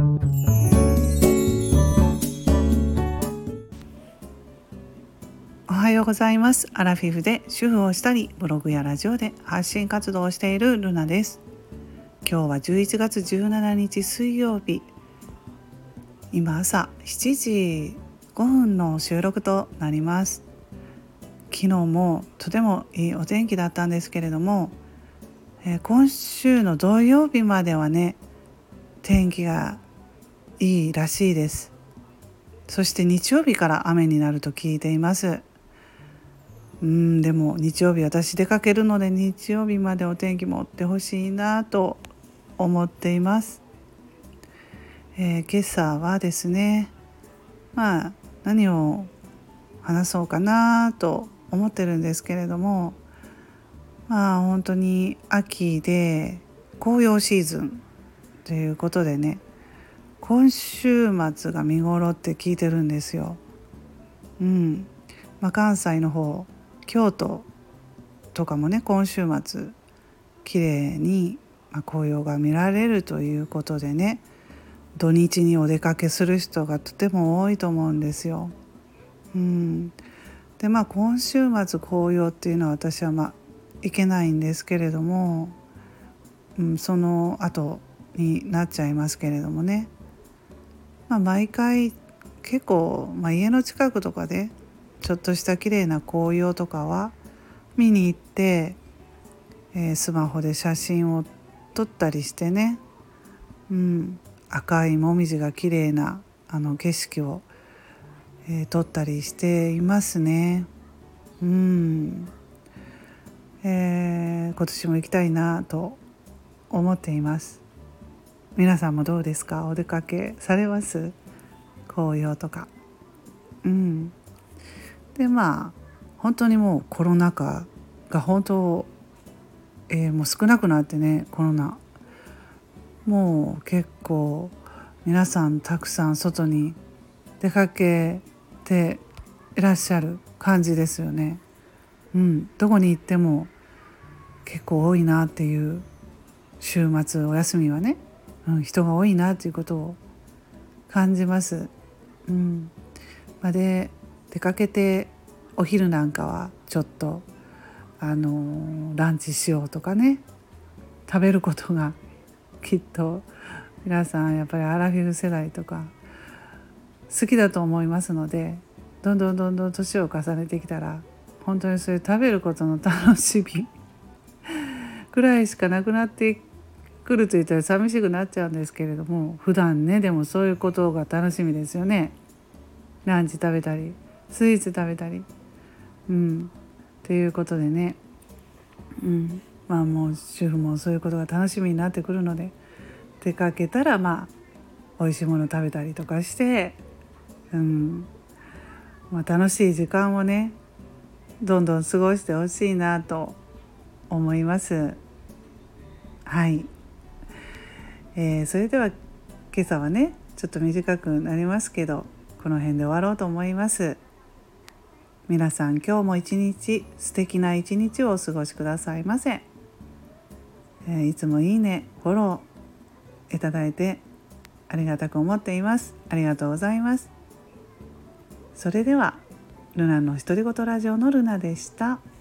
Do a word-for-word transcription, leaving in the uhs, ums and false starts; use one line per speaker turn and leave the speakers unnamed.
おはようございます。アラフィフで主婦をしたりブログやラジオで発信活動をしているルナです。今日はじゅういちがつじゅうしちにち水曜日、今朝しちじごふんの収録となります。昨日もとてもいいお天気だったんですけれども、えー、今週の土曜日まではね天気がいいらしいです。そして日曜日から雨になると聞いています。うん、でも日曜日私出かけるので日曜日までお天気持ってほしいなと思っています。えー、今朝はですね、まあ何を話そうかなと思ってるんですけれども、まあ本当に秋で紅葉シーズンということでね、今週末が見頃って聞いてるんですよ。うん、まあ、関西の方、京都とかもね今週末綺麗に紅葉が見られるということでね、土日にお出かけする人がとても多いと思うんですよ。うん、でまあ今週末紅葉っていうのは私はまあ行けないんですけれども、うん、その後になっちゃいますけれどもね、まあ、毎回結構、まあ、家の近くとかでちょっとした綺麗な紅葉とかは見に行って、えー、スマホで写真を撮ったりしてね、うん、赤いもみじが綺麗なあの景色を、えー、撮ったりしていますね。うん、えー、今年も行きたいなと思っています。皆さんもどうですか？お出かけされます？紅葉とか。うん。でまあ本当にもうコロナ禍が本当、えー、もう少なくなってね、コロナもう結構皆さんたくさん外に出かけていらっしゃる感じですよね。うん、どこに行っても結構多いなっていう、週末お休みはね、うん、人が多いなっていうことを感じます。うん、まあ、で出かけてお昼なんかはちょっとあのランチしようとかね、食べることがきっと皆さんやっぱりアラフィフ世代とか好きだと思いますので、どんどんどんどん年を重ねてきたら本当にそういう食べることの楽しみくらいしかなくなってくると言ったら寂しくなっちゃうんですけれども、普段ねでもそういうことが楽しみですよね。ランチ食べたりスイーツ食べたり、うんっていうことでね、うん、まあもう主婦もそういうことが楽しみになってくるので、出かけたらまあ美味しいもの食べたりとかして、うんまあ、楽しい時間をねどんどん過ごしてほしいなと思います。はい、えー、それでは今朝はねちょっと短くなりますけど、この辺で終わろうと思います。皆さん今日も一日素敵な一日をお過ごしくださいませ。えー、いつもいいねフォローいただいてありがたく思っています。ありがとうございます。それではルナの独り言ラジオのルナでした。